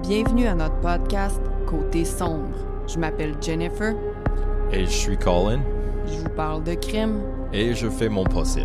Bienvenue à notre podcast Côté sombre. Je m'appelle Jennifer. Et je suis Colin. Je vous parle de crime. Et je fais mon possible.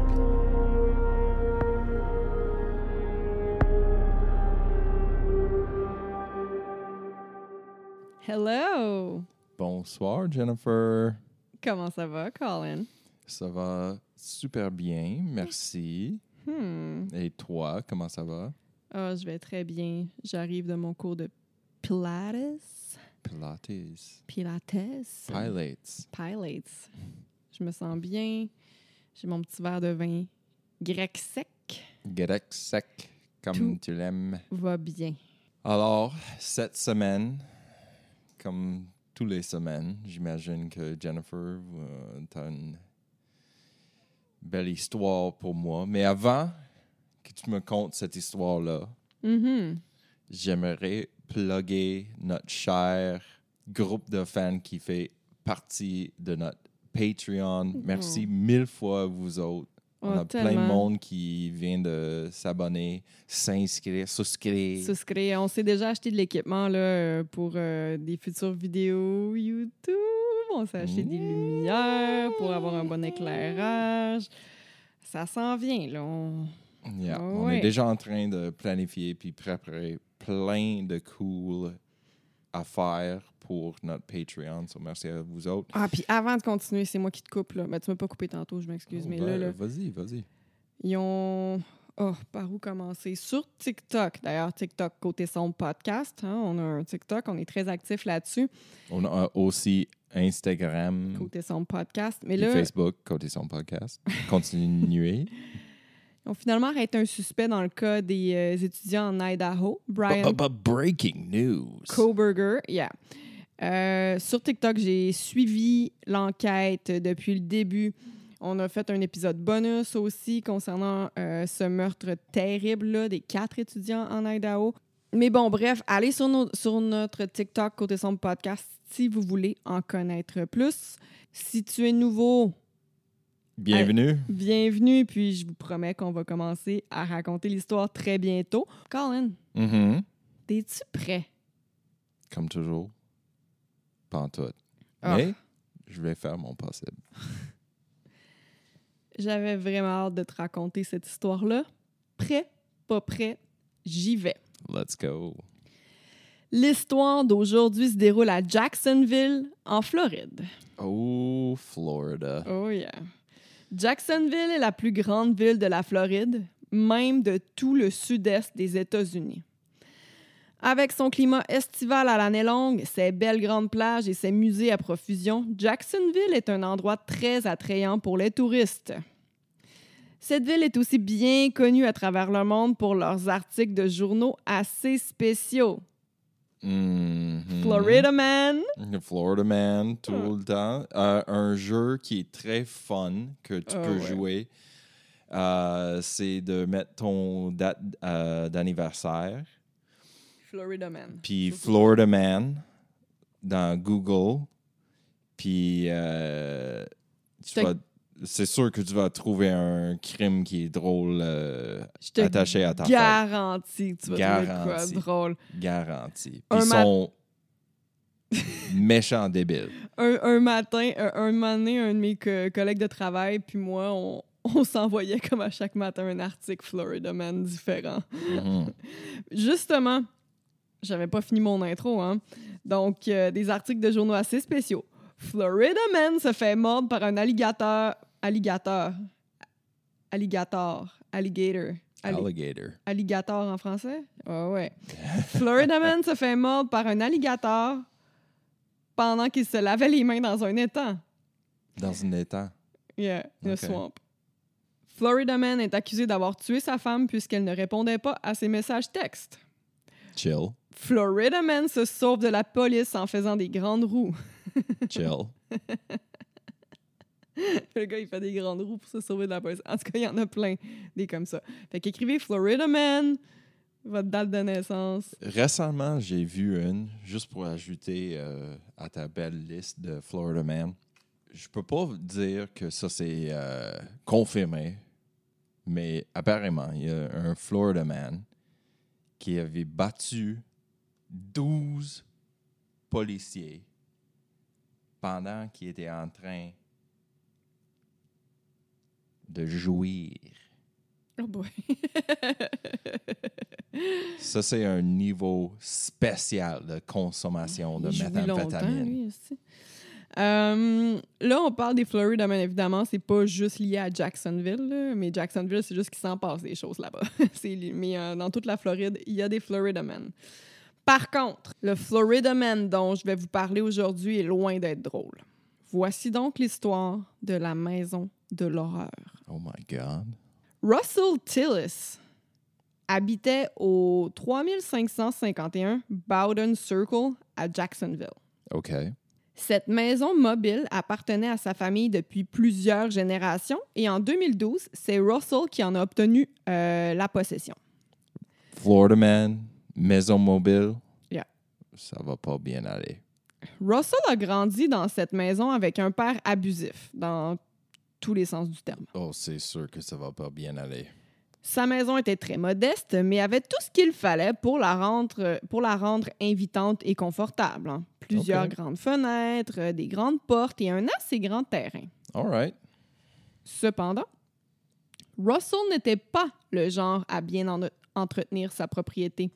Hello! Bonsoir, Jennifer. Comment ça va, Colin? Ça va super bien, merci. Et toi, comment ça va? Ah, je vais très bien. J'arrive de mon cours de Pilates. Pilates. Pilates. Pilates. Je me sens bien. J'ai mon petit verre de vin grec sec. Grec sec, comme Tout tu l'aimes. va bien. Alors, cette semaine, comme toutes les semaines, j'imagine que Jennifer, tu as une belle histoire pour moi. Mais avant que tu me contes cette histoire-là, j'aimerais plugger notre cher groupe de fans qui fait partie de notre Patreon. Merci 1000 fois, vous autres. On a plein de monde qui vient de s'abonner, souscrire. Souscrire. On s'est déjà acheté de l'équipement là, pour des futures vidéos YouTube. On s'est acheté des lumières pour avoir un bon éclairage. Ça s'en vient, là. On est déjà en train de planifier puis préparer plein de cool affaires pour notre Patreon. So, merci à vous autres. Ah, puis avant de continuer, c'est moi qui te coupe, là. Ben, tu m'as pas coupé tantôt, je m'excuse. Mais là, Vas-y. ils ont... Oh, par où commencer? Sur TikTok, d'ailleurs, TikTok Côté Sombre Podcast. Hein? On a un TikTok, on est très actifs là-dessus. On a aussi Instagram. Côté Sombre Podcast. Mais Et là, Facebook, Côté Sombre Podcast. Continuez. Ils ont finalement arrêté un suspect dans le cas des étudiants en Idaho. Brian Breaking news. Kohberger, sur TikTok, j'ai suivi l'enquête depuis le début. On a fait un épisode bonus aussi concernant ce meurtre terrible là, des 4 étudiants en Idaho. Mais bon, bref, allez sur notre TikTok Côté Sombre Podcast si vous voulez en connaître plus. Si tu es nouveau... Bienvenue. Bienvenue, puis je vous promets qu'on va commencer à raconter l'histoire très bientôt. Colin, t'es-tu prêt? Comme toujours. Pas en tout. Ah. Mais je vais faire mon possible. J'avais vraiment hâte de te raconter cette histoire-là. Prêt, pas prêt, j'y vais. Let's go. L'histoire d'aujourd'hui se déroule à Jacksonville, en Floride. Oh, Florida. Oh yeah. Jacksonville est la plus grande ville de la Floride, même de tout le sud-est des États-Unis. Avec son climat estival à l'année longue, ses belles grandes plages et ses musées à profusion, Jacksonville est un endroit très attrayant pour les touristes. Cette ville est aussi bien connue à travers le monde pour leurs articles de journaux assez spéciaux. Florida Man. Florida Man, tout le temps. Un jeu qui est très fun, que tu peux jouer, c'est de mettre ton date d'anniversaire. Florida Man. Puis Florida Man dans Google. Puis c'est sûr que tu vas trouver un crime qui est drôle attaché à ta fête. Garantis que tu vas trouver quoi drôle. Garanti. Puis ils sont méchants débiles. Un matin, un moment donné, un de mes collègues de travail puis moi, on s'envoyait comme à chaque matin un article Florida Man différent. Justement, j'avais pas fini mon intro, hein? Donc, des articles de journaux assez spéciaux. Florida Man se fait mordre par un alligator. Alligator en français? Ah ouais. Florida Man se fait mordre par un alligator pendant qu'il se lavait les mains dans un étang. Dans un étang? Yeah, in a swamp. Florida Man est accusé d'avoir tué sa femme puisqu'elle ne répondait pas à ses messages textes. Chill. Florida Man se sauve de la police en faisant des grandes roues. Chill. Le gars, il fait des grandes roues pour se sauver de la police. En tout cas, il y en a plein des comme ça. Fait qu'écrivez Florida Man, votre date de naissance. Récemment, j'ai vu une, juste pour ajouter à ta belle liste de Florida Man. Je peux pas vous dire que ça, c'est confirmé, mais apparemment, il y a un Florida Man qui avait battu 12 policiers pendant qu'ils étaient en train de jouir. Oh boy. Ça, c'est un niveau spécial de consommation de Il jouit longtemps, méthamphétamine. lui, aussi. Là, on parle des Florida Man, évidemment. C'est pas juste lié à Jacksonville, là, mais Jacksonville, c'est juste qu'il s'en passe des choses là-bas. Mais dans toute la Floride, il y a des Florida Man. Par contre, le Florida Man dont je vais vous parler aujourd'hui est loin d'être drôle. Voici donc l'histoire de la maison de l'horreur. Oh my God. Russell Tillis habitait au 3551 Bowden Circle à Jacksonville. OK. Cette maison mobile appartenait à sa famille depuis plusieurs générations et en 2012, c'est Russell qui en a obtenu la possession. Florida Man, maison mobile. Yeah. Ça va pas bien aller. Russell a grandi dans cette maison avec un père abusif, dans tous les sens du terme. Oh, c'est sûr que ça va pas bien aller. Sa maison était très modeste, mais avait tout ce qu'il fallait pour la rendre invitante et confortable. Hein. Plusieurs OK. grandes fenêtres, des grandes portes et un assez grand terrain. All right. Cependant, Russell n'était pas le genre à bien entretenir sa propriété.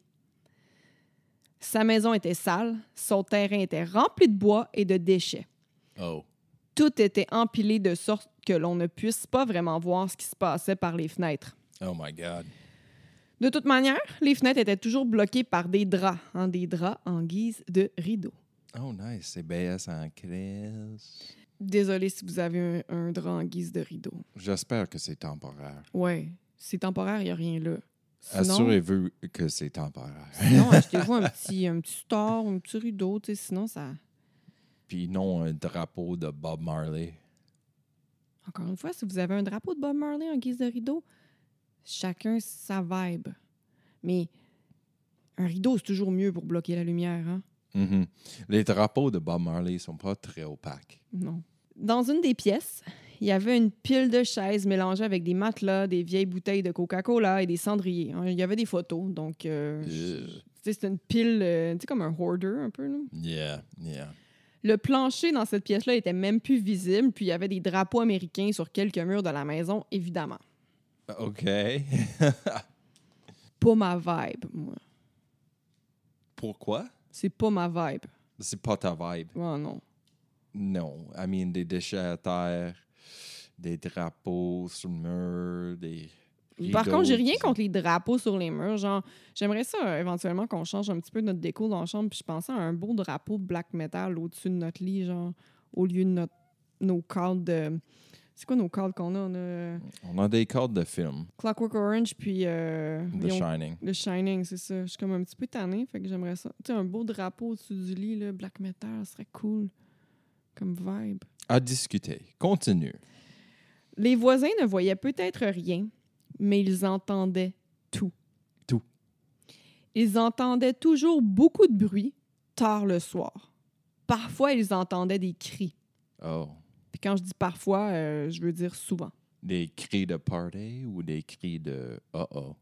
Sa maison était sale, son terrain était rempli de bois et de déchets. Oh. Tout était empilé de sorte que l'on ne puisse pas vraiment voir ce qui se passait par les fenêtres. Oh my God. De toute manière, les fenêtres étaient toujours bloquées par des draps en guise de rideaux. Oh nice. C'est BS en crise. Désolé si vous avez un drap en guise de rideau. J'espère que c'est temporaire. Ouais, c'est temporaire, il n'y a rien là. Sinon, Assurez-vous que c'est temporaire. sinon achetez-vous un petit store, un petit rideau, tu sais, sinon ça... Puis non un drapeau de Bob Marley. Encore une fois, si vous avez un drapeau de Bob Marley en guise de rideau, chacun sa vibe. Mais un rideau, c'est toujours mieux pour bloquer la lumière, hein? Mhm. Les drapeaux de Bob Marley sont pas très opaques. Non. Dans une des pièces, il y avait une pile de chaises mélangées avec des matelas, des vieilles bouteilles de Coca-Cola et des cendriers. Il y avait des photos, donc... tu sais, c'était une pile, tu sais, comme un hoarder, un peu, là. Yeah, yeah. Le plancher dans cette pièce-là était même plus visible, puis il y avait des drapeaux américains sur quelques murs de la maison, évidemment. OK. Pas ma vibe, moi. Pourquoi? C'est pas ma vibe. C'est pas ta vibe. Oh non. Non. I mean, des déchets à terre, des drapeaux sur le mur, des... Par contre, j'ai rien rideaux. contre les drapeaux sur les murs. Genre, j'aimerais ça éventuellement qu'on change un petit peu notre déco dans la chambre. Puis je pensais à un beau drapeau black metal au-dessus de notre lit, genre, au lieu de nos cadres de. C'est quoi nos cadres qu'on a? On a des cadres de film. Clockwork Orange, puis. The Shining. The Shining, c'est ça. Je suis comme un petit peu tannée, fait que j'aimerais ça. Tu sais, un beau drapeau au-dessus du lit, là, black metal, ça serait cool. Comme vibe. À discuter. Continue. Les voisins ne voyaient peut-être rien, mais ils entendaient tout. Tout. Ils entendaient toujours beaucoup de bruit tard le soir. Parfois, ils entendaient des cris. Oh. Puis quand je dis parfois, je veux dire souvent. Des cris de party ou des cris de oh.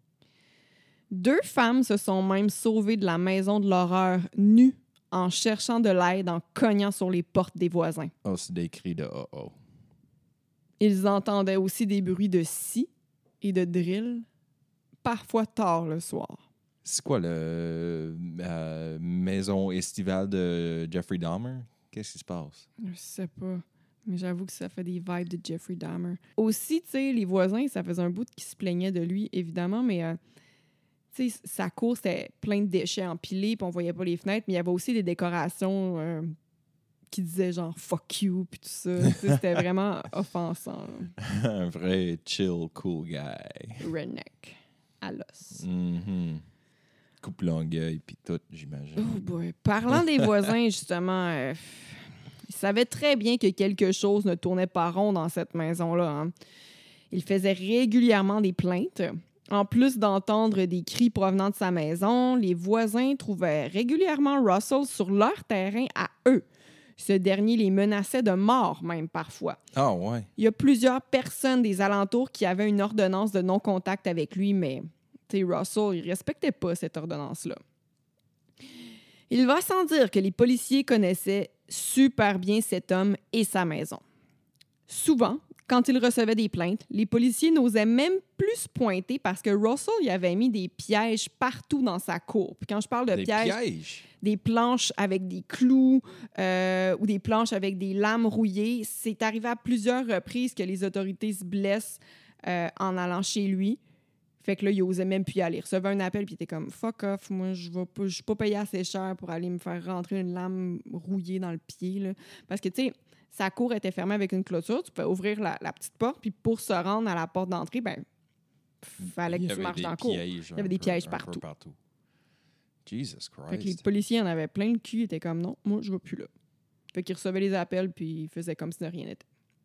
2 femmes se sont même sauvées de la maison de l'horreur nues en cherchant de l'aide, en cognant sur les portes des voisins. Oh, c'est des cris de oh. Ils entendaient aussi des bruits de scie et de drill, parfois tard le soir. C'est quoi le maison estivale de Jeffrey Dahmer? Qu'est-ce qui se passe? Je sais pas, mais j'avoue que ça fait des vibes de Jeffrey Dahmer. Aussi, tu sais, les voisins, ça faisait un bout qui se plaignaient de lui, évidemment, mais tu sais, sa cour, c'était plein de déchets empilés, puis on voyait pas les fenêtres, mais il y avait aussi des décorations qui disaient genre « fuck you », puis tout ça. Tu sais, c'était vraiment offensant. Un vrai chill, cool guy. Redneck, à l'os. Mm-hmm. Coupe Longueuil, puis tout, j'imagine. Oh boy. Parlant des voisins, justement, ils savaient très bien que quelque chose ne tournait pas rond dans cette maison-là. Hein. Ils faisaient régulièrement des plaintes. En plus d'entendre des cris provenant de sa maison, les voisins trouvaient régulièrement Russell sur leur terrain à eux. Ce dernier les menaçait de mort, même parfois. Ah ouais. Il y a plusieurs personnes des alentours qui avaient une ordonnance de non-contact avec lui, mais Russell, il respectait pas cette ordonnance-là. Il va sans dire que les policiers connaissaient super bien cet homme et sa maison. Souvent, quand ils recevaient des plaintes, les policiers n'osaient même plus se pointer parce que Russell y avait mis des pièges partout dans sa cour. Puis quand je parle de Des pièges? des planches avec des clous ou des planches avec des lames rouillées, c'est arrivé à plusieurs reprises que les autorités se blessent en allant chez lui. Fait que là, il osait même plus y aller. Il recevait un appel puis il était comme « Fuck off, moi, je suis pas payé assez cher pour aller me faire rentrer une lame rouillée dans le pied. » là. Parce que, tu sais, sa cour était fermée avec une clôture. Tu pouvais ouvrir la petite porte, puis pour se rendre à la porte d'entrée, ben fallait que tu marches dans la cour. Il y avait des pièges partout. Jesus Fait que les Christ. policiers en avaient plein le cul. Ils étaient comme « Non, moi, je vais plus là. » Fait qu'ils recevaient les appels, puis ils faisaient comme si de rien n'était.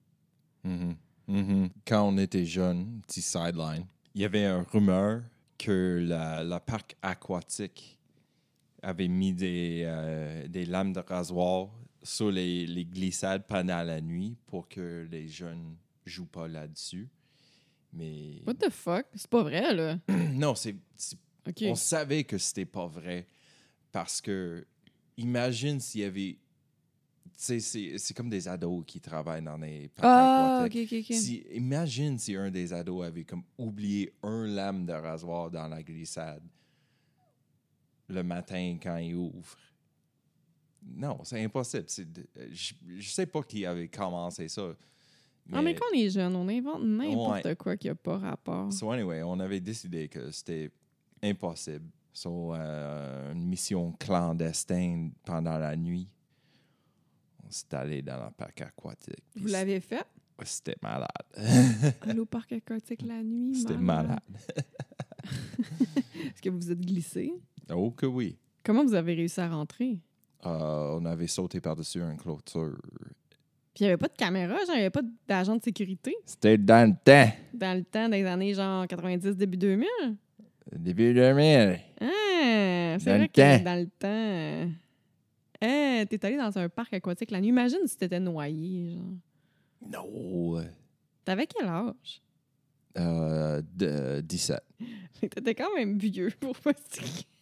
Quand on était jeunes, petit sideline, il y avait une rumeur que la parc aquatique avait mis des lames de rasoir sur les glissades pendant la nuit pour que les jeunes jouent pas là-dessus. Mais What the fuck? C'est pas vrai, là. non, OK. on savait que c'était pas vrai parce que imagine s'il y avait, tu sais, c'est comme des ados qui travaillent dans les parcs aquatiques. OK. Imagine si un des ados avait comme oublié un lame de rasoir dans la glissade le matin quand il ouvre. Non, c'est impossible. Je sais pas qui avait commencé ça. Mais quand on est jeune, on invente n'importe Ouais. quoi qui n'a pas rapport. So anyway, on avait décidé que c'était impossible. So, une mission clandestine pendant la nuit. On s'est allé dans le parc aquatique. Vous l'avez fait? C'était malade. Aller au parc aquatique la nuit? C'était malade. Est-ce que vous vous êtes glissé? Oh que oui. Comment vous avez réussi à rentrer? On avait sauté par-dessus une clôture. Puis il n'y avait pas de caméra, genre, il n'y avait pas d'agent de sécurité C'était dans le temps. dans le temps des années genre 90, début 2000? Début 2000. Ah, c'est Dans vrai le que temps. dans le temps... t'es allé dans un parc aquatique la nuit. Imagine si t'étais noyé, genre. Non. T'avais quel âge? 17. T'étais quand même vieux pour pas se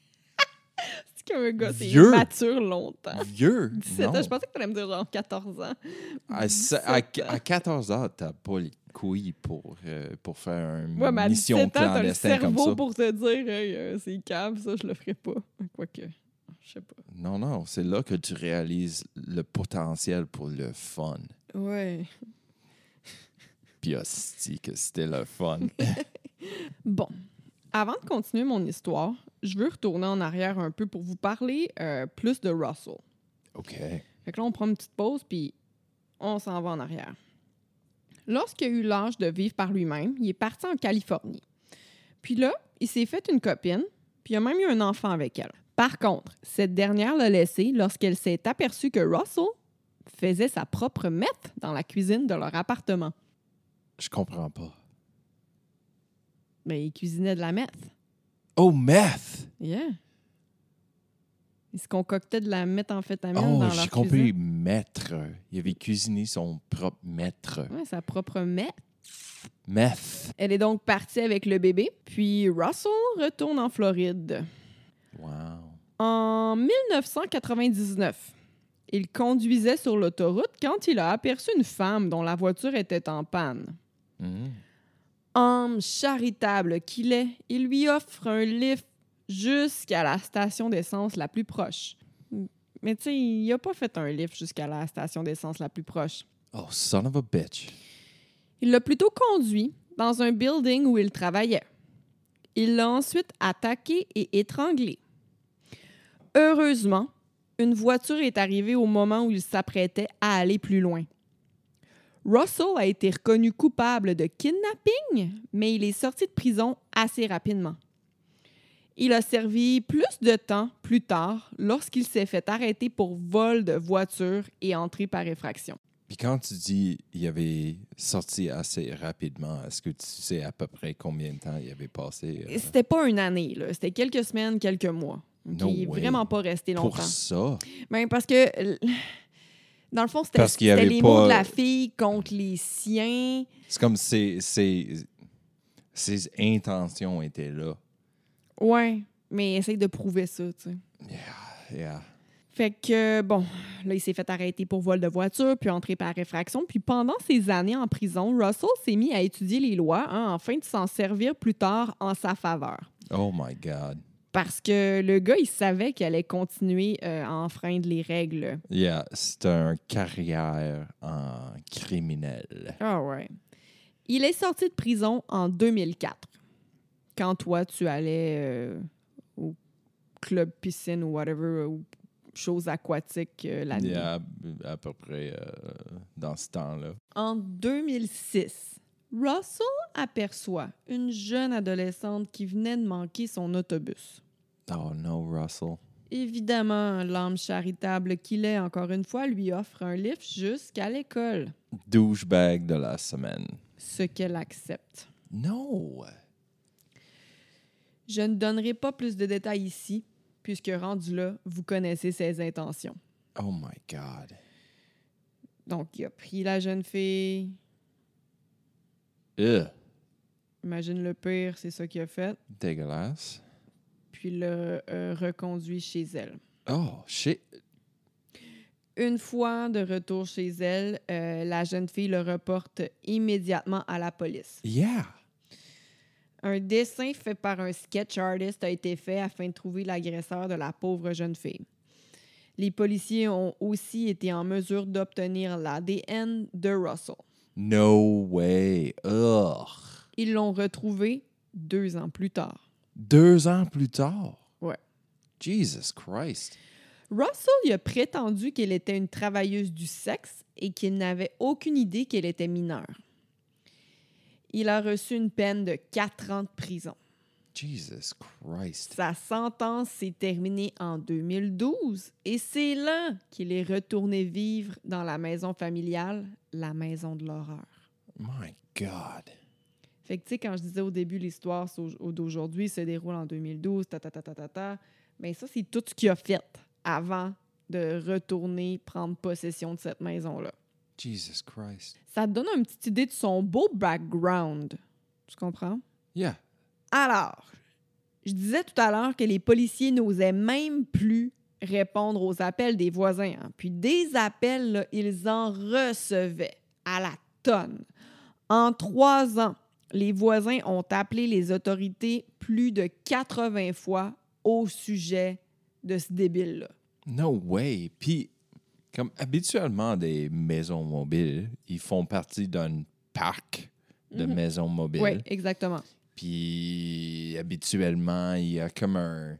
c'est comme un gars, t'es Vieux? mature longtemps. Vieux? 17 Non. ans, je pensais que t'allais me dire genre 14 ans. À 17 ans. 14 ans, t'as pas les couilles pour faire une Ouais, mais à mission 17 ans, t'as le clandestine comme cerveau ça. pour te dire hey, c'est cave, ça, je le ferai pas. Quoique, je sais pas. Non, c'est là que tu réalises le potentiel pour le fun. Ouais. Puis hostie que c'était le fun. Bon, avant de continuer mon histoire, je veux retourner en arrière un peu pour vous parler plus de Russell. OK. Fait que là, on prend une petite pause, puis on s'en va en arrière. Lorsqu'il a eu l'âge de vivre par lui-même, il est parti en Californie. Puis là, il s'est fait une copine, puis il a même eu un enfant avec elle. Par contre, cette dernière l'a laissé lorsqu'elle s'est aperçue que Russell faisait sa propre meth dans la cuisine de leur appartement. Je comprends pas. Mais il cuisinait de la meth. Oh, meth! Yeah. Il se concoctait de la méthamphétamine Oh, dans j'ai leur compris, cuisine. maître. Il avait cuisiné son propre maître. Ouais, sa propre meth. Meth. Elle est donc partie avec le bébé, puis Russell retourne en Floride. Wow. En 1999, il conduisait sur l'autoroute quand il a aperçu une femme dont la voiture était en panne. Homme charitable qu'il est, il lui offre un lift jusqu'à la station d'essence la plus proche. Mais tu sais, il n'a pas fait un lift jusqu'à la station d'essence la plus proche. Oh, son of a bitch. Il l'a plutôt conduit dans un building où il travaillait. Il l'a ensuite attaqué et étranglé. Heureusement, une voiture est arrivée au moment où il s'apprêtait à aller plus loin. Russell a été reconnu coupable de kidnapping, mais il est sorti de prison assez rapidement. Il a servi plus de temps plus tard lorsqu'il s'est fait arrêter pour vol de voiture et entrée par effraction. Puis quand tu dis il avait sorti assez rapidement, est-ce que tu sais à peu près combien de temps il avait passé? C'était pas une année, là. C'était quelques semaines, quelques mois. No Il est way. vraiment pas resté longtemps. Pour ça? Ben, parce que, dans le fond, Parce qu'il y c'était avait les pas- mots de la fille contre les siens. C'est comme ses intentions étaient là. Ouais, mais essaye de prouver ça, tu sais. yeah. Fait que, bon, là, il s'est fait arrêter pour vol de voiture, puis entrer par réfraction. Puis pendant ces années en prison, Russell s'est mis à étudier les lois, afin de s'en servir plus tard en sa faveur. Oh my God. Parce que le gars, il savait qu'il allait continuer à enfreindre les règles. Yeah, c'est une carrière en criminel. Ah ouais. Il est sorti de prison en 2004. Quand toi, tu allais au club piscine ou whatever, ou choses aquatiques la nuit. Yeah, à peu près dans ce temps-là. En 2006, Russell aperçoit une jeune adolescente qui venait de manquer son autobus. Oh no, Russell. Évidemment, l'âme charitable qu'il est, encore une fois, lui offre un lift jusqu'à l'école, Douchebag de la semaine. ce qu'elle accepte. No! Je ne donnerai pas plus de détails ici, puisque rendu là, vous connaissez ses intentions. Oh my God. Donc, il a pris la jeune fille. Ugh. Imagine le pire, c'est ça qu'il a fait. Dégueulasse. Puis l'a reconduit chez elle. Oh, shit. Une fois de retour chez elle, la jeune fille le reporte immédiatement à la police. Yeah. Un dessin fait par un sketch artist a été fait afin de trouver l'agresseur de la pauvre jeune fille. Les policiers ont aussi été en mesure d'obtenir l'ADN de Russell. No way. Ugh. Ils l'ont retrouvé 2 ans plus tard. 2 ans plus tard. Ouais. Jesus Christ. Russell il a prétendu qu'elle était une travailleuse du sexe et qu'il n'avait aucune idée qu'elle était mineure. Il a reçu une peine de 4 ans de prison. Jesus Christ. Sa sentence s'est terminée en 2012 et c'est là qu'il est retourné vivre dans la maison familiale, la maison de l'horreur. My God. Fait que, tu sais, quand je disais au début, l'histoire d'aujourd'hui se déroule en 2012, bien ça, c'est tout ce qu'il a fait avant de retourner prendre possession de cette maison-là. Jesus Christ. Ça te donne une petite idée de son beau background. Tu comprends? Yeah. Alors, je disais tout à l'heure que les policiers n'osaient même plus répondre aux appels des voisins. Puis des appels, là, ils en recevaient à la tonne. En 3 ans, les voisins ont appelé les autorités plus de 80 fois au sujet de ce débile-là. No way. Puis, comme habituellement, des maisons mobiles, ils font partie d'un parc de maisons mobiles. Oui, exactement. Puis, habituellement, il y a comme un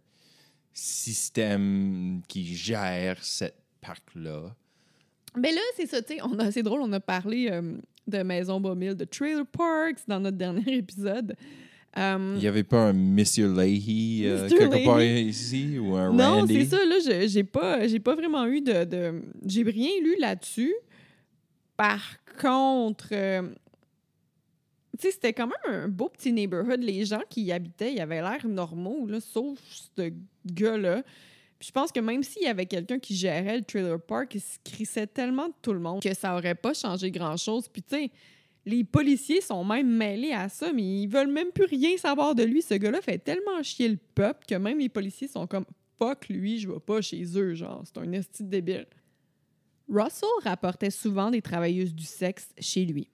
système qui gère cette parc-là. Mais là, c'est ça, tu sais, c'est drôle, on a parlé de maisons mobiles, de trailer parks dans notre dernier épisode. Il n'y avait pas un Monsieur Leahy Mr. quelque part Leahy. ici ou un Non, Randy? c'est ça, là, j'ai pas vraiment eu j'ai rien lu là-dessus. Par contre, tu sais, c'était quand même un beau petit neighborhood. Les gens qui y habitaient, ils avaient l'air normaux, là, sauf ce gars-là. Puis je pense que même s'il y avait quelqu'un qui gérait le trailer park, il se crissait tellement de tout le monde que ça aurait pas changé grand-chose. Puis tu sais, les policiers sont même mêlés à ça, mais ils veulent même plus rien savoir de lui. Ce gars-là fait tellement chier le peuple que même les policiers sont comme « Fuck lui, je vais pas chez eux, genre, c'est un esti de débile. » Russell rapportait souvent des travailleuses du sexe chez lui.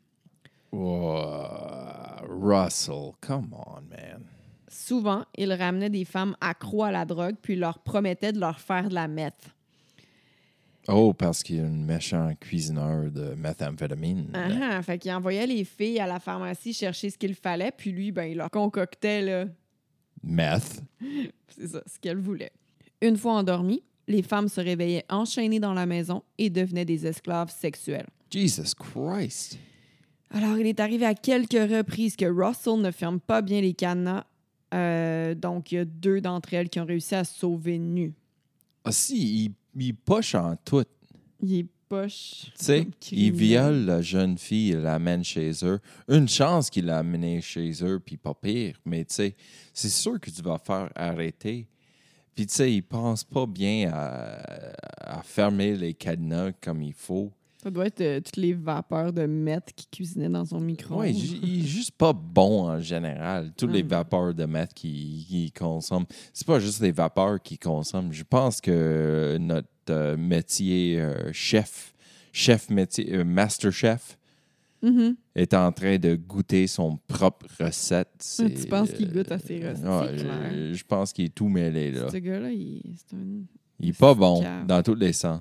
Russell, come on, man. Souvent, il ramenait des femmes accros à la drogue puis leur promettait de leur faire de la meth. Oh, parce qu'il est un méchant cuisineur de méthamphétamine. Fait qu'il envoyait les filles à la pharmacie chercher ce qu'il fallait, puis lui, ben, il leur concoctait, là. Meth. C'est ça, ce qu'elle voulait. Une fois endormies, les femmes se réveillaient enchaînées dans la maison et devenaient des esclaves sexuelles. Jesus Christ. Alors, il est arrivé à quelques reprises que Russell ne ferme pas bien les cadenas. Donc, il y a 2 d'entre elles qui ont réussi à se sauver nues. Ah si, il poche en tout. Il est poche. Tu sais, il viole la jeune fille, il l'amène chez eux. Une chance qu'il l'a amenée chez eux, puis pas pire. Mais tu sais, c'est sûr que tu vas faire arrêter. Puis tu sais, il pense pas bien à fermer les cadenas comme il faut. Ça doit être toutes les vapeurs de meth qui cuisinaient dans son micro. Oui, il est juste pas bon en général. Toutes les vapeurs de meth qu'il consomme. C'est pas juste les vapeurs qu'il consomme. Je pense que notre métier chef métier, master chef, est en train de goûter son propre recette. Tu penses qu'il goûte à ses recettes? Je pense qu'il est tout mêlé, là. Ce gars-là, il est pas bon dans tous les sens.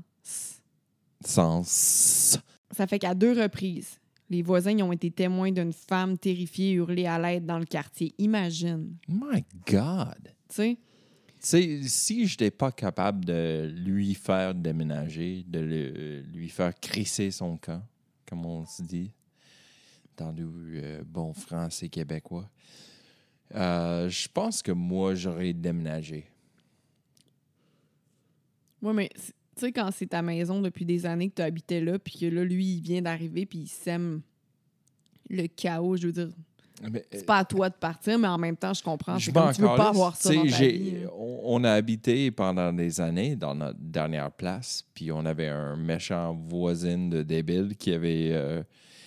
Ça fait qu'à 2 reprises, les voisins ont été témoins d'une femme terrifiée hurler à l'aide dans le quartier. Imagine. My God! Tu sais, si je n'étais pas capable de lui faire déménager, de lui faire crisser son camp, comme on se dit, dans du bon français québécois, je pense que moi, j'aurais déménagé. Oui, mais tu sais, quand c'est ta maison depuis des années que tu habitais là, puis que là, lui, il vient d'arriver, puis il sème le chaos, je veux dire. C'est pas à toi de partir, mais en même temps, je comprends. C'est comme tu veux pas avoir ça dans ta vie. On a habité pendant des années dans notre dernière place, puis on avait un méchant voisin de débile qui avait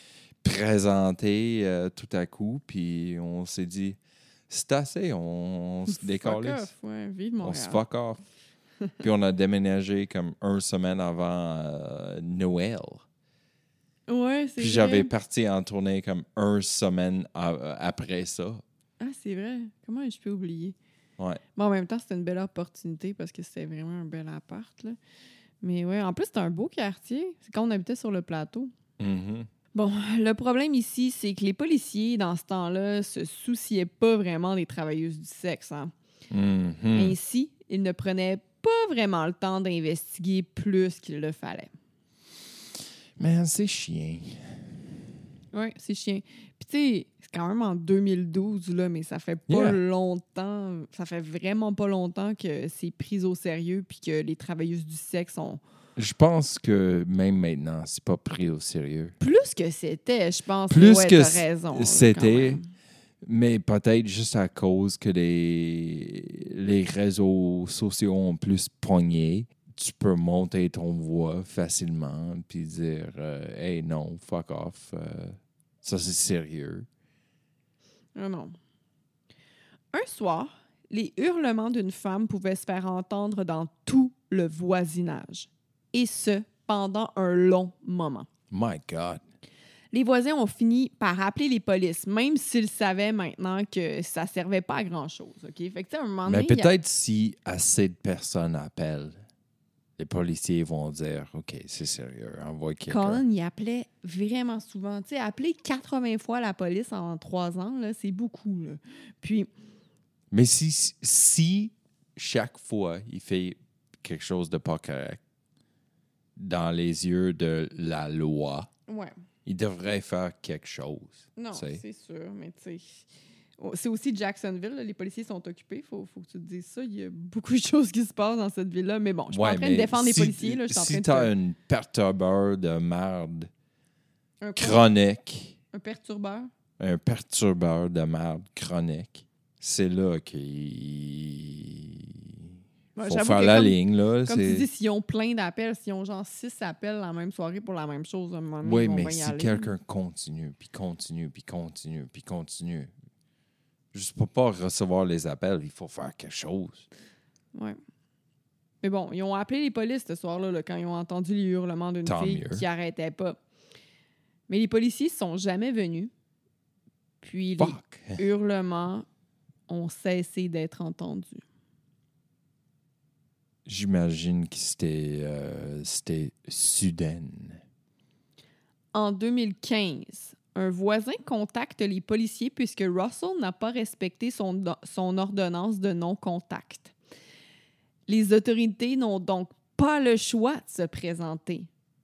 présenté tout à coup, puis on s'est dit, c'est assez, on se décalisse. On se fuck off. Puis on a déménagé comme 1 semaine avant Noël. Ouais, c'est Puis vrai. j'avais parti en tournée comme 1 semaine après ça. Ah, c'est vrai. Comment je peux oublier? Ouais. Bon, en même temps, c'était une belle opportunité parce que c'était vraiment un bel appart, là. Mais ouais, en plus, c'était un beau quartier. C'est quand on habitait sur le plateau. Mm-hmm. Bon, le problème ici, c'est que les policiers, dans ce temps-là, se souciaient pas vraiment des travailleuses du sexe. Hein? Mm-hmm. Ainsi, ils ne prenaient pas vraiment le temps d'investiguer plus qu'il le fallait. Mais c'est chiant. Oui, c'est chiant. Puis tu sais, c'est quand même en 2012, là, mais ça fait pas longtemps, ça fait vraiment pas longtemps que c'est pris au sérieux puis que les travailleuses du sexe ont... Je pense que même maintenant, c'est pas pris au sérieux. Plus que c'était, je pense. Plus ouais, que t'as raison, c'était, mais peut-être juste à cause que les réseaux sociaux ont plus pogné. Tu peux monter ton voix facilement puis dire « Hey, non, fuck off. Ça, c'est sérieux. » Ah non. Un soir, les hurlements d'une femme pouvaient se faire entendre dans tout le voisinage. Et ce, pendant un long moment. My God. Les voisins ont fini par appeler les polices, même s'ils savaient maintenant que ça ne servait pas à grand-chose. Okay? Fait que, à un moment donné, mais peut-être si assez de personnes appellent, les policiers vont dire « OK, c'est sérieux, envoie quelqu'un. » Colin, il appelait vraiment souvent. Tu sais, appeler 80 fois la police en 3 ans, là, c'est beaucoup. Là. Puis... Mais si chaque fois il fait quelque chose de pas correct dans les yeux de la loi, il devrait faire quelque chose. Non, t'sais. c'est sûr, mais tu sais... C'est aussi Jacksonville, là, les policiers sont occupés, faut que tu te dises ça. Il y a beaucoup de choses qui se passent dans cette ville-là, mais bon, je suis pas en train de défendre les policiers. Là, je suis en train si t'as un perturbeur de merde chronique... Un perturbeur? Un perturbeur de merde chronique, c'est là qu'il faut faire la ligne. Là, comme tu dis, s'ils ont plein d'appels, s'ils ont genre 6 appels la même soirée pour la même chose, à un moment donné, oui, ils vont mais bien y si aller. quelqu'un continue, puis continue, puis continue, puis continue, juste pour pas recevoir les appels, il faut faire quelque chose. Oui. Mais bon, ils ont appelé les polices ce soir-là là, quand ils ont entendu les hurlements d'une fille qui n'arrêtait pas. Mais les policiers ne sont jamais venus. Puis les hurlements ont cessé d'être entendus. J'imagine que c'était soudain. En 2015, un voisin contacte les policiers puisque Russell n'a pas respecté son ordonnance de non-contact. Les autorités n'ont donc pas le choix de se présenter.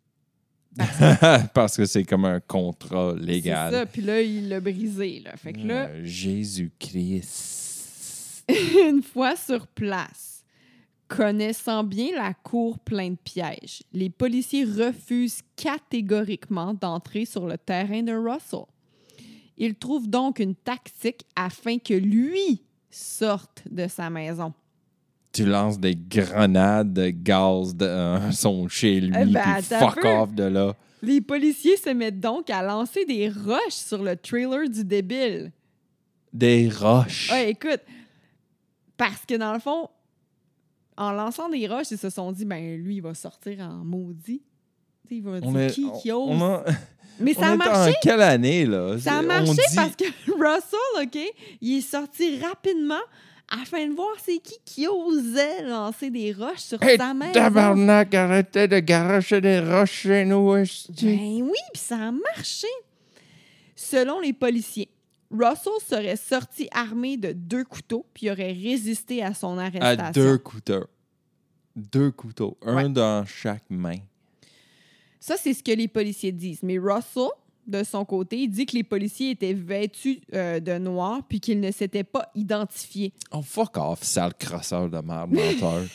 Parce que c'est comme un contrat légal. C'est ça, puis là, il l'a brisé. Là. Fait que là, Jésus-Christ. Une fois sur place, connaissant bien la cour pleine de pièges, les policiers refusent catégoriquement d'entrer sur le terrain de Russell. Ils trouvent donc une tactique afin que lui sorte de sa maison. tu lances des grenades de gaz sont chez lui, puis fuck off de là. Les policiers se mettent donc à lancer des roches sur le trailer du débile. Des roches? Ouais, écoute, parce que dans le fond, en lançant des roches, ils se sont dit, ben lui, il va sortir en maudit. T'sais, il va dire qui ose. Mais ça a marché. En quelle année, là? Ça a marché parce que Russell, OK, il est sorti rapidement afin de voir c'est qui osait lancer des roches sur sa maison. Tabarnak, arrêtez de garocher des roches chez nous. Ben oui, puis ça a marché. Selon les policiers, Russell serait sorti armé de 2 couteaux puis aurait résisté à son arrestation. À 2 couteaux. 2 couteaux. Un dans chaque main. Ça, c'est ce que les policiers disent. Mais Russell, de son côté, il dit que les policiers étaient vêtus de noir puis qu'ils ne s'étaient pas identifiés. Oh, fuck off, sale crosseur de merde, menteur.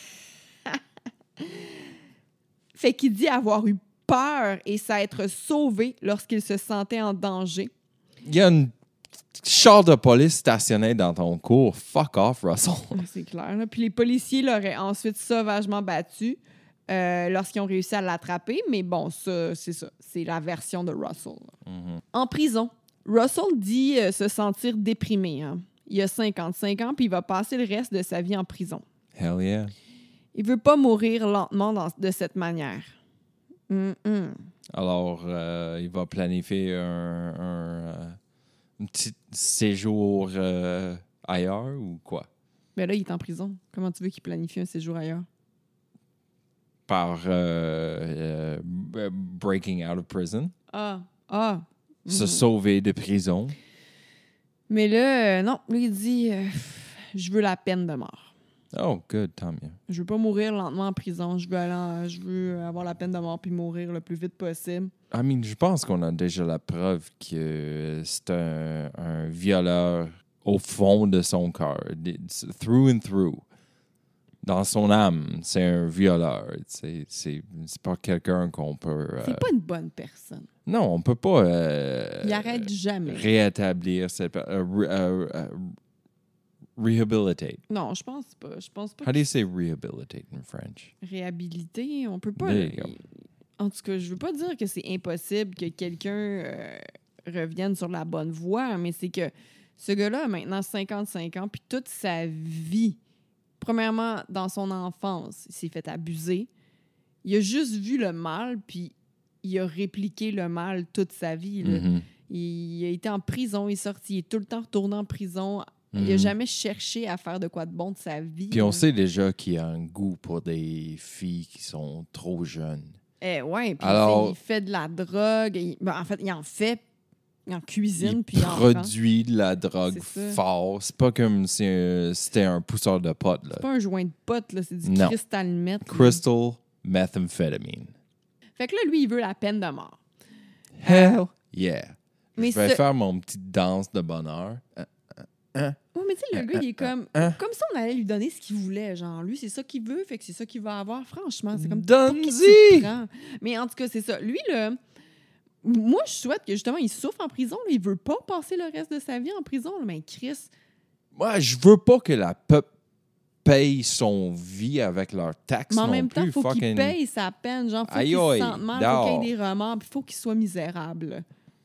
Fait qu'il dit avoir eu peur et s'être sauvé lorsqu'il se sentait en danger. Il y a une char de police stationné dans ton cours. Fuck off, Russell. C'est clair. Là. Puis les policiers l'auraient ensuite sauvagement battu lorsqu'ils ont réussi à l'attraper. Mais bon, ça, c'est ça. C'est la version de Russell. Mm-hmm. En prison, Russell dit se sentir déprimé. Hein. Il a 55 ans, puis il va passer le reste de sa vie en prison. Hell yeah. Il veut pas mourir lentement de cette manière. Mm-mm. Alors, il va planifier un petit séjour ailleurs ou quoi? Mais là, il est en prison. Comment tu veux qu'il planifie un séjour ailleurs? Par breaking out of prison. Se sauver de prison. Mais là, non. Lui, il dit je veux la peine de mort. Oh, good, tant mieux. Je veux pas mourir lentement en prison. Je veux avoir la peine de mort puis mourir le plus vite possible. I mean, je pense qu'on a déjà la preuve que c'est un violeur au fond de son cœur. Through and through. Dans son âme, c'est un violeur. C'est pas quelqu'un qu'on peut... c'est pas une bonne personne. Non, on peut pas... il arrête jamais. Réétablir cette... rehabilitate. Non, je pense pas. How do you say rehabilitate in French? Réhabiliter, on peut pas... En tout cas, je veux pas dire que c'est impossible que quelqu'un revienne sur la bonne voie, mais c'est que ce gars-là a maintenant 55 ans, puis toute sa vie... Premièrement, dans son enfance, il s'est fait abuser. Il a juste vu le mal, puis il a répliqué le mal toute sa vie. Mm-hmm. Il a été en prison, il est sorti, il est tout le temps retourné en prison. Mm-hmm. Il n'a jamais cherché à faire de quoi de bon de sa vie. Puis on sait déjà qu'il a un goût pour des filles qui sont trop jeunes. Oui, puis il fait de la drogue. En fait, il en fait. En cuisine, puis en produit de la drogue fort. C'est pas comme si c'était un pousseur de potes. C'est pas un joint de potes, là. C'est du crystal meth. Crystal methamphetamine. Fait que là, lui, il veut la peine de mort. Hell yeah. Mais je vais faire mon petite danse de bonheur. Oui, mais tu sais, le gars, il est comme si on allait lui donner ce qu'il voulait. Genre, lui, c'est ça qu'il veut, fait que c'est ça qu'il va avoir. Franchement, c'est comme... Donne-y! Mais en tout cas, c'est ça. Lui, là... Moi, je souhaite que, justement, il souffre en prison. Là. Il veut pas passer le reste de sa vie en prison. Là. Mais Chris... Moi, je veux pas que la peuple paye son vie avec leurs taxes non plus. Mais en même temps, il faut qu'il paye sa peine. Genre, faut qu'il se sente mal, faut qu'il ait des remords, puis faut qu'il soit misérable.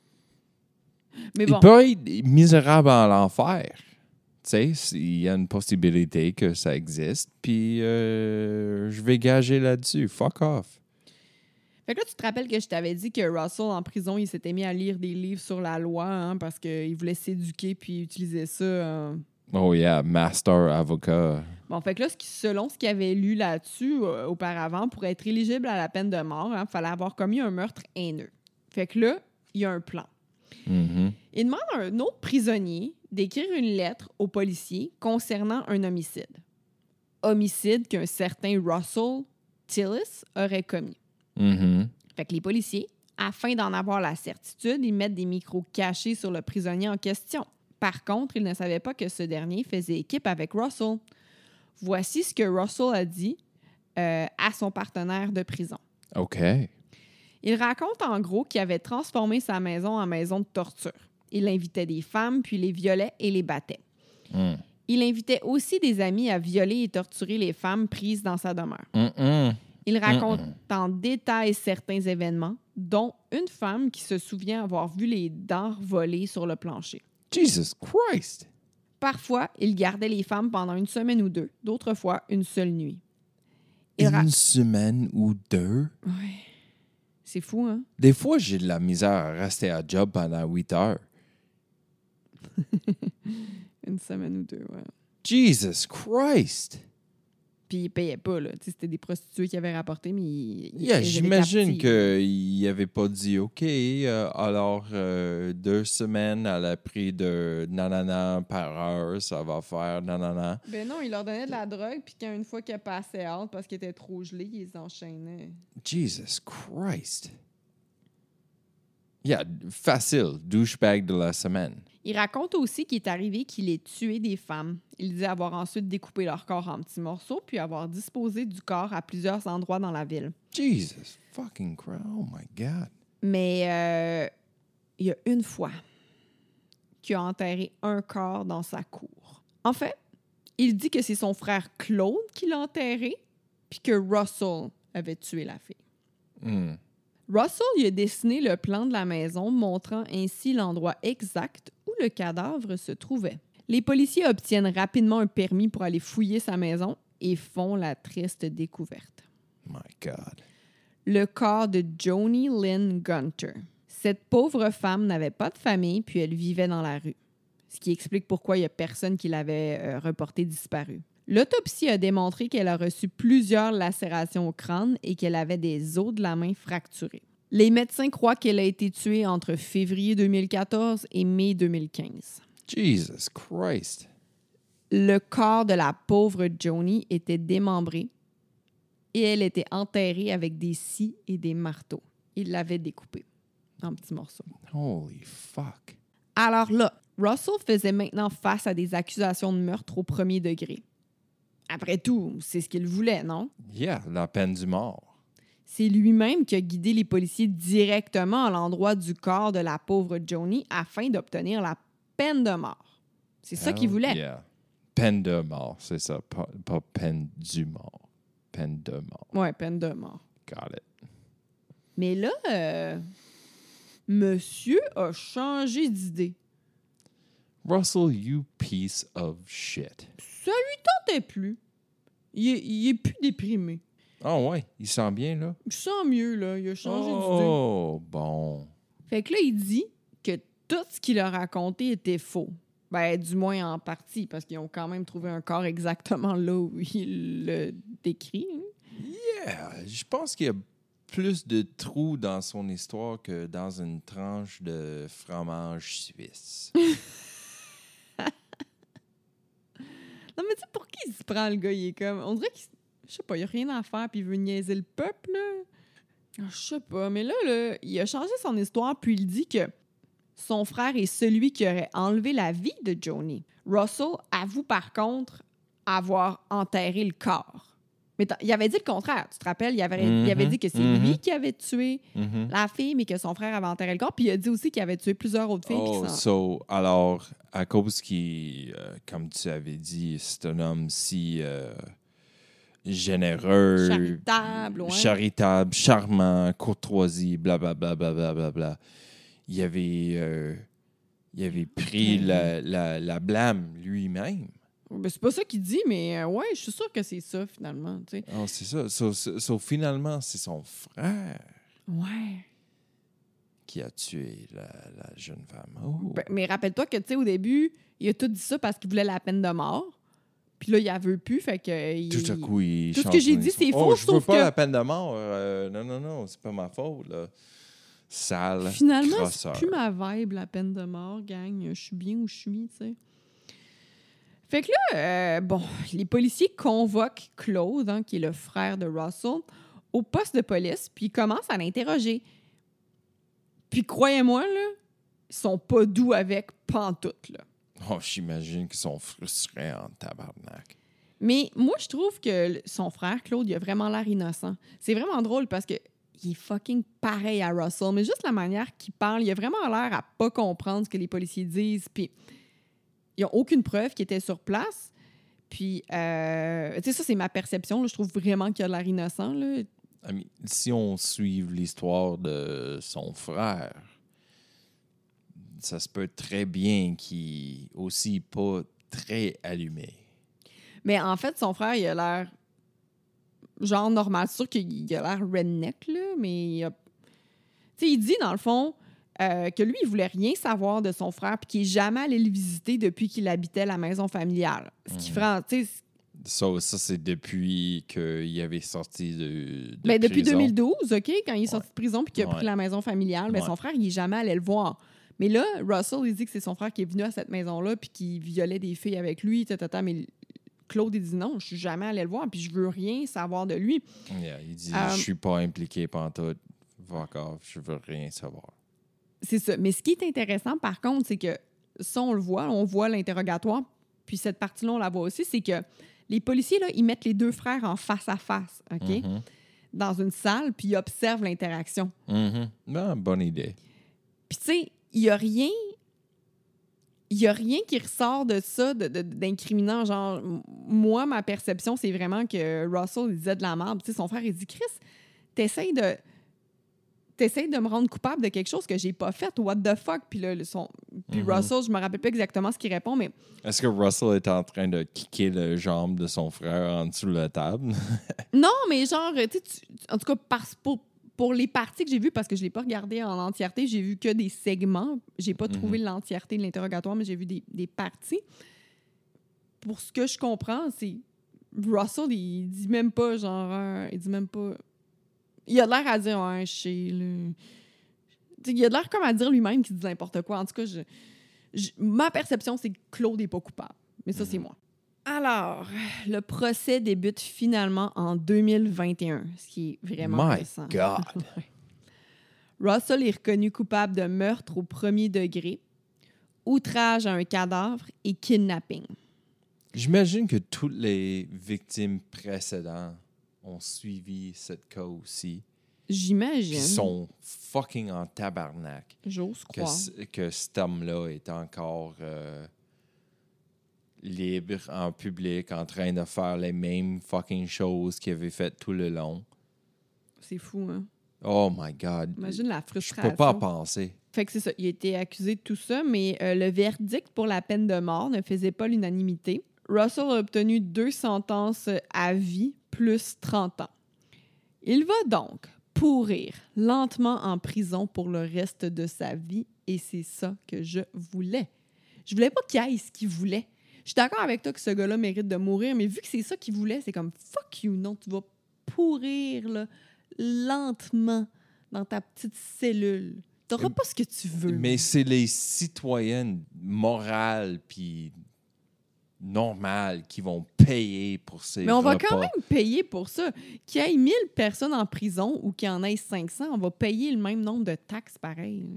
Mais bon. Il peut être misérable en l'enfer. Tu sais, il y a une possibilité que ça existe, puis je vais gager là-dessus. Fuck off. Fait que là, tu te rappelles que je t'avais dit que Russell, en prison, il s'était mis à lire des livres sur la loi hein, parce qu'il voulait s'éduquer puis utiliser ça. Oh yeah, master avocat. Bon, fait que là, selon ce qu'il avait lu là-dessus auparavant, pour être éligible à la peine de mort, il fallait avoir commis un meurtre haineux. Fait que là, il y a un plan. Mm-hmm. Il demande à un autre prisonnier d'écrire une lettre au policier concernant un homicide. Homicide qu'un certain Russell Tillis aurait commis. Mm-hmm. Fait que les policiers, afin d'en avoir la certitude, ils mettent des micros cachés sur le prisonnier en question. Par contre, ils ne savaient pas que ce dernier faisait équipe avec Russell. Voici ce que Russell a dit à son partenaire de prison. OK. Il raconte en gros qu'il avait transformé sa maison en maison de torture. Il invitait des femmes, puis les violait et les battait. Mm. Il invitait aussi des amis à violer et torturer les femmes prises dans sa demeure. Il raconte en détail certains événements, dont une femme qui se souvient avoir vu les dents volées sur le plancher. Jesus Christ! Parfois, il gardait les femmes pendant une semaine ou deux, d'autres fois une seule nuit. Une semaine ou deux? Ouais. C'est fou, hein? Des fois, j'ai de la misère à rester à job pendant 8 heures. Une semaine ou deux, ouais. Jesus Christ! Puis il payait pas, là. Tu sais, c'était des prostituées qui avaient rapporté, mais j'imagine qu'il n'avait pas dit OK, alors 2 semaines à la prix de nanana par heure, ça va faire nanana. Ben non, il leur donnait de la drogue, puis une fois qu'elle passait out parce qu'elle était trop gelée, ils les enchaînaient. Jesus Christ! Yeah, facile, douchebag de la semaine. Il raconte aussi qu'il est arrivé qu'il ait tué des femmes. Il dit avoir ensuite découpé leur corps en petits morceaux puis avoir disposé du corps à plusieurs endroits dans la ville. Jesus fucking Christ, oh my God. Mais il y a une fois qu'il a enterré un corps dans sa cour. En fait, il dit que c'est son frère Claude qui l'a enterré puis que Russell avait tué la fille. Russell lui a dessiné le plan de la maison, montrant ainsi l'endroit exact où le cadavre se trouvait. Les policiers obtiennent rapidement un permis pour aller fouiller sa maison et font la triste découverte. My God. Le corps de Joni Lynn Gunter. Cette pauvre femme n'avait pas de famille, puis elle vivait dans la rue. Ce qui explique pourquoi il n'y a personne qui l'avait reportée disparue. L'autopsie a démontré qu'elle a reçu plusieurs lacérations au crâne et qu'elle avait des os de la main fracturés. Les médecins croient qu'elle a été tuée entre février 2014 et mai 2015. Jesus Christ! Le corps de la pauvre Joni était démembré et elle était enterrée avec des scies et des marteaux. Il l'avait découpée en petits morceaux. Holy fuck! Alors là, Russell faisait maintenant face à des accusations de meurtre au premier degré. Après tout, c'est ce qu'il voulait, non? Yeah, la peine du mort. C'est lui-même qui a guidé les policiers directement à l'endroit du corps de la pauvre Joni afin d'obtenir la peine de mort. C'est ça qu'il voulait. Yeah. Peine de mort, c'est ça. Pas peine du mort. Peine de mort. Ouais, peine de mort. Got it. Mais là, monsieur a changé d'idée. Russell, you piece of shit. Ça lui tentait plus. Il est plus déprimé. Oh ouais, il sent bien, là? Je sens mieux, là. Il a changé d'idée. Oh, bon. Fait que là, il dit que tout ce qu'il a raconté était faux. Ben, du moins en partie, parce qu'ils ont quand même trouvé un corps exactement là où il le décrit. Hein? Yeah, je pense qu'il y a plus de trous dans son histoire que dans une tranche de fromage suisse. Non, mais tu sais, pour qui il se prend, le gars? Il est comme... On dirait qu'il... Je sais pas, il a rien à faire, puis il veut niaiser le peuple, là. Je sais pas, mais là, il a changé son histoire, puis il dit que son frère est celui qui aurait enlevé la vie de Joni. Russell avoue, par contre, avoir enterré le corps. Mais il avait dit le contraire, tu te rappelles? Il avait dit que c'est lui qui avait tué la fille, mais que son frère avait enterré le corps. Puis il a dit aussi qu'il avait tué plusieurs autres filles. Alors, à cause qu'il, comme tu avais dit, c'est un homme si généreux, charitable, charmant, courtoisie, blablabla, blablabla. Il avait pris la blâme lui-même. Ben, c'est pas ça qu'il dit, mais ouais, je suis sûre que c'est ça, finalement. T'sais. Oh, c'est ça. Finalement, c'est son frère qui a tué la jeune femme. Oh. Ben, mais rappelle-toi que, tu sais, au début, il a tout dit ça parce qu'il voulait la peine de mort. Puis là, il la veut plus, fait que... Tout à coup, il tout ce que j'ai dit, c'est faux, je veux pas la peine de mort. Non, c'est pas ma faute, là. Sale finalement, crosseur. C'est plus ma vibe, la peine de mort, gang. Je suis bien où je suis, tu sais. Fait que là, les policiers convoquent Claude, hein, qui est le frère de Russell, au poste de police, puis ils commencent à l'interroger. Puis croyez-moi, là, ils sont pas doux avec pantoute, là. Oh, j'imagine qu'ils sont frustrés en tabarnak. Mais moi, je trouve que son frère, Claude, il a vraiment l'air innocent. C'est vraiment drôle parce que il est fucking pareil à Russell, mais juste la manière qu'il parle, il a vraiment l'air à pas comprendre ce que les policiers disent, puis... Ils n'ont aucune preuve qu'ils étaient sur place. Puis, tu sais, ça, c'est ma perception. Là. Je trouve vraiment qu'il a l'air innocent. Là. Si on suit l'histoire de son frère, ça se peut très bien qu'il aussi pas très allumé. Mais en fait, son frère, il a l'air genre normal. C'est sûr qu'il a l'air redneck, là, mais tu sais, il dit, dans le fond, que lui, il voulait rien savoir de son frère puis qu'il n'est jamais allé le visiter depuis qu'il habitait la maison familiale. Ce qui ferait, tu sais... Ça, c'est depuis qu'il avait sorti de Ben, depuis prison. 2012, OK, quand il est sorti de prison puis qu'il a pris la maison familiale, ben, son frère, il n'est jamais allé le voir. Mais là, Russell, il dit que c'est son frère qui est venu à cette maison-là puis qui violait des filles avec lui, mais Claude, il dit non, je suis jamais allé le voir puis je veux rien savoir de lui. Yeah, il dit, je suis pas impliqué pantoute. Fuck off, je veux rien savoir. C'est ça. Mais ce qui est intéressant, par contre, c'est que ça, on le voit, on voit l'interrogatoire, puis cette partie-là, on la voit aussi, c'est que les policiers, là, ils mettent les deux frères en face à face, OK? Dans une salle, puis ils observent l'interaction. Non, bonne idée. Puis, tu sais, il n'y a rien qui ressort de ça, d'incriminant. Genre, moi, ma perception, c'est vraiment que Russell, il disait de la merde. Tu sais, son frère, il dit, Chris, t'essayes de me rendre coupable de quelque chose que j'ai pas fait. What the fuck? Puis là, Russell, je me rappelle pas exactement ce qu'il répond, mais... Est-ce que Russell est en train de kicker le jambe de son frère en dessous de la table? Non, mais genre, en tout cas, pour les parties que j'ai vues, parce que je l'ai pas regardé en entièreté, j'ai vu que des segments. J'ai pas trouvé l'entièreté de l'interrogatoire, mais j'ai vu des parties. Pour ce que je comprends, c'est... Russell, il dit même pas, genre... il dit même pas... Il a l'air à dire, ouais, je sais, là. Il a l'air comme à dire lui-même qu'il dit n'importe quoi. En tout cas, ma perception, c'est que Claude n'est pas coupable. Mais ça, c'est moi. Alors, le procès débute finalement en 2021, ce qui est vraiment récent. My God! Russell est reconnu coupable de meurtre au premier degré, outrage à un cadavre et kidnapping. J'imagine que toutes les victimes précédentes ont suivi cette cas aussi. J'imagine. Ils sont fucking en tabarnak. J'ose croire. Que cet homme-là est encore libre en public, en train de faire les mêmes fucking choses qu'il avait faites tout le long. C'est fou, hein? Oh my God. Imagine la frustration. Je peux pas en penser. Fait que c'est ça. Il a été accusé de tout ça, mais le verdict pour la peine de mort ne faisait pas l'unanimité. Russell a obtenu 2 sentences à vie plus 30 ans. Il va donc pourrir lentement en prison pour le reste de sa vie et c'est ça que je voulais. Je voulais pas qu'il aille ce qu'il voulait. Je suis d'accord avec toi que ce gars-là mérite de mourir, mais vu que c'est ça qu'il voulait, c'est comme fuck you, non, tu vas pourrir là, lentement dans ta petite cellule. T'auras pas ce que tu veux. Mais c'est les citoyennes morales puis normales qui vont payer pour ces repas. Mais on va quand même payer pour ça. Qu'il y ait 1000 personnes en prison ou qu'il y en ait 500, on va payer le même nombre de taxes pareil.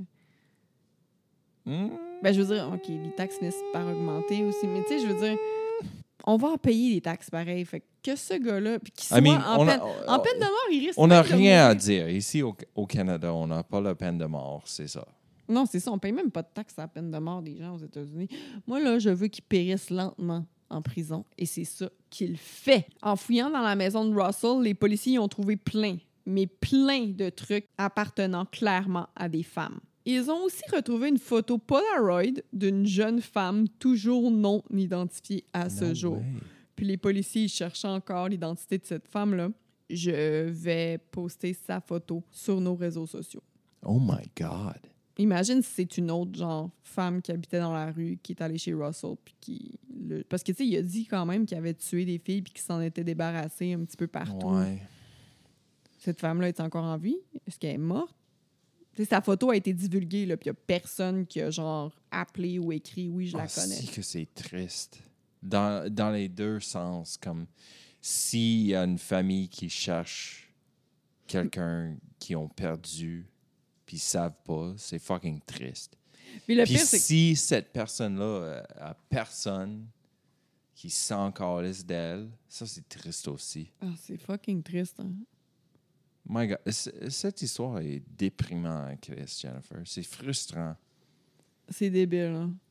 Ben, je veux dire, OK, les taxes finissent par augmenter aussi, mais tu sais, je veux dire, on va en payer des taxes pareil. Fait que ce gars-là, puis qu'il soit en peine de mort, il risque on n'a de rien mourir. à dire. Ici, au Canada, on n'a pas la peine de mort, c'est ça. Non, c'est ça. On paye même pas de taxes à la peine de mort des gens aux États-Unis. Moi, là, je veux qu'ils périssent lentement en prison et c'est ça qu'il fait. En fouillant dans la maison de Russell, les policiers ont trouvé plein de trucs appartenant clairement à des femmes. Ils ont aussi retrouvé une photo Polaroid d'une jeune femme toujours non identifiée à ce jour. Puis les policiers ils cherchent encore l'identité de cette femme-là. Je vais poster sa photo sur nos réseaux sociaux. Oh my God! Imagine si c'est une autre genre femme qui habitait dans la rue, qui est allée chez Russell, puis parce que tu sais, il a dit quand même qu'il avait tué des filles puis qu'il s'en était débarrassé un petit peu partout. Ouais. Cette femme-là est encore en vie? Est-ce qu'elle est morte? T'sais, sa photo a été divulguée, là, puis il n'y a personne qui a genre appelé ou écrit « Oui, je la connais ». Si que c'est triste. Dans les deux sens, comme s'il y a une famille qui cherche quelqu'un qui ont perdu puis ils savent pas, c'est fucking triste. Puis le Puis pire, c'est si cette personne-là a personne qui sent encore d'elle, ça c'est triste aussi. Ah, c'est fucking triste, hein? My God, cette histoire est déprimante, Chris, Jennifer. C'est frustrant. C'est débile, hein?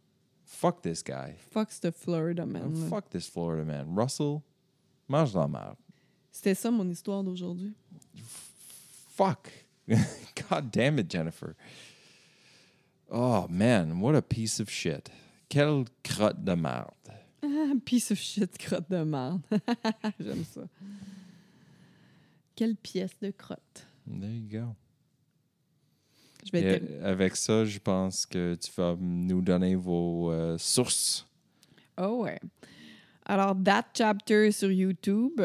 Fuck this guy. Fuck ce Florida man. là. Fuck this Florida man. Russell, mange la merde. C'était ça mon histoire d'aujourd'hui. Fuck. God damn it, Jennifer. Oh man, what a piece of shit. Quelle crotte de merde. Piece of shit, crotte de merde. J'aime ça. Quelle pièce de crotte. There you go. Je vais Et avec ça, je pense que tu vas nous donner vos sources. Oh ouais. Alors, That Chapter sur YouTube,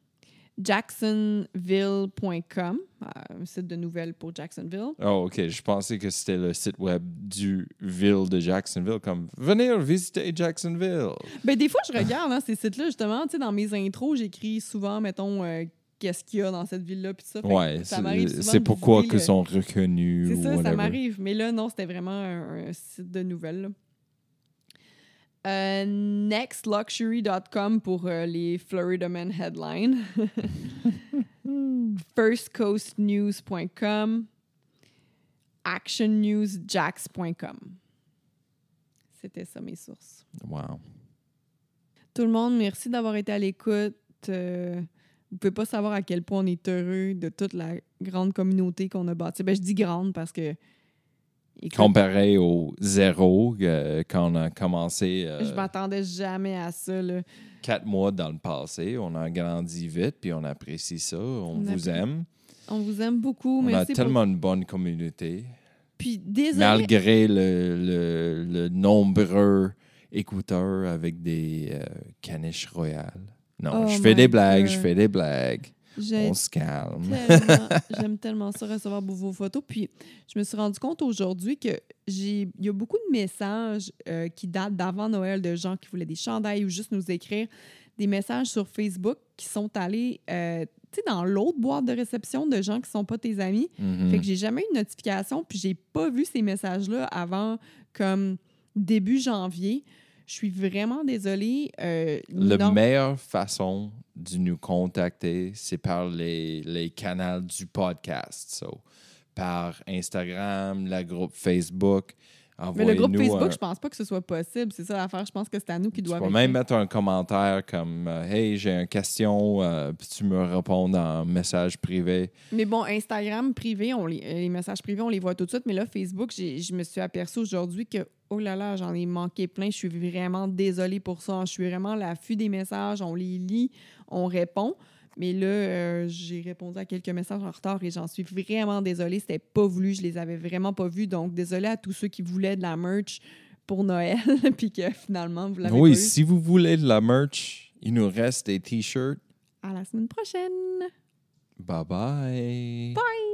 jacksonville.com, un site de nouvelles pour Jacksonville. Oh, OK. Je pensais que c'était le site web du ville de Jacksonville, comme « Venez visiter Jacksonville ». Ben, des fois, je regarde ces sites-là, justement. Tu sais, dans mes intros, j'écris souvent, mettons, qu'est-ce qu'il y a dans cette ville-là, puis ça. Fait que Ouais, ça m'arrive souvent c'est de pourquoi visiter qu'ils sont reconnus. C'est ou ça, ça whatever. m'arrive. Mais là, non, c'était vraiment un site de nouvelles. là. Nextluxury.com pour les Florida Men headlines. Firstcoastnews.com. actionnewsjacks.com. C'était ça mes sources. Wow. Tout le monde, merci d'avoir été à l'écoute. Vous pouvez pas savoir à quel point on est heureux de toute la grande communauté qu'on a bâtie. Ben, je dis grande parce que... écoute, Comparé au zéro quand on a commencé je m'attendais jamais à ça. Là. 4 mois dans le passé, on a grandi vite, puis on apprécie ça. On vous aime. On vous aime beaucoup. On Merci a tellement une bonne communauté. Puis désolé. Malgré le nombreux écouteurs avec des caniches royales. Non, Oh je fais my des blagues, God. je fais des blagues. J'ai On se calme. J'aime tellement ça recevoir vos photos. Puis je me suis rendu compte aujourd'hui que il y a beaucoup de messages qui datent d'avant Noël de gens qui voulaient des chandails ou juste nous écrire des messages sur Facebook qui sont allés tu sais, dans l'autre boîte de réception de gens qui sont pas tes amis. Mhm. Fait que j'ai jamais eu de notification puis j'ai pas vu ces messages-là avant comme début janvier. Je suis vraiment désolée. La meilleure façon de nous contacter, c'est par les canaux du podcast. So, par Instagram, le groupe Facebook. Mais le groupe Envoyez-nous Facebook, je pense pas que ce soit possible. C'est ça l'affaire. Je pense que c'est à nous qui Tu doivent peux même mettre un commentaire comme Hey, j'ai une question, puis tu me réponds en message privé. Mais bon, Instagram privé, les messages privés, on les voit tout de suite. Mais là, Facebook, je me suis aperçue aujourd'hui que, oh là là, j'en ai manqué plein. Je suis vraiment désolée pour ça. Je suis vraiment à l'affût des messages. On les lit, on répond. Mais là, j'ai répondu à quelques messages en retard et j'en suis vraiment désolée. C'était pas voulu. Je les avais vraiment pas vus. Donc, désolée à tous ceux qui voulaient de la merch pour Noël puis que finalement, vous l'avez Oui, pas eu. si vous voulez de la merch, il nous reste des t-shirts. À la semaine prochaine! Bye bye. Bye!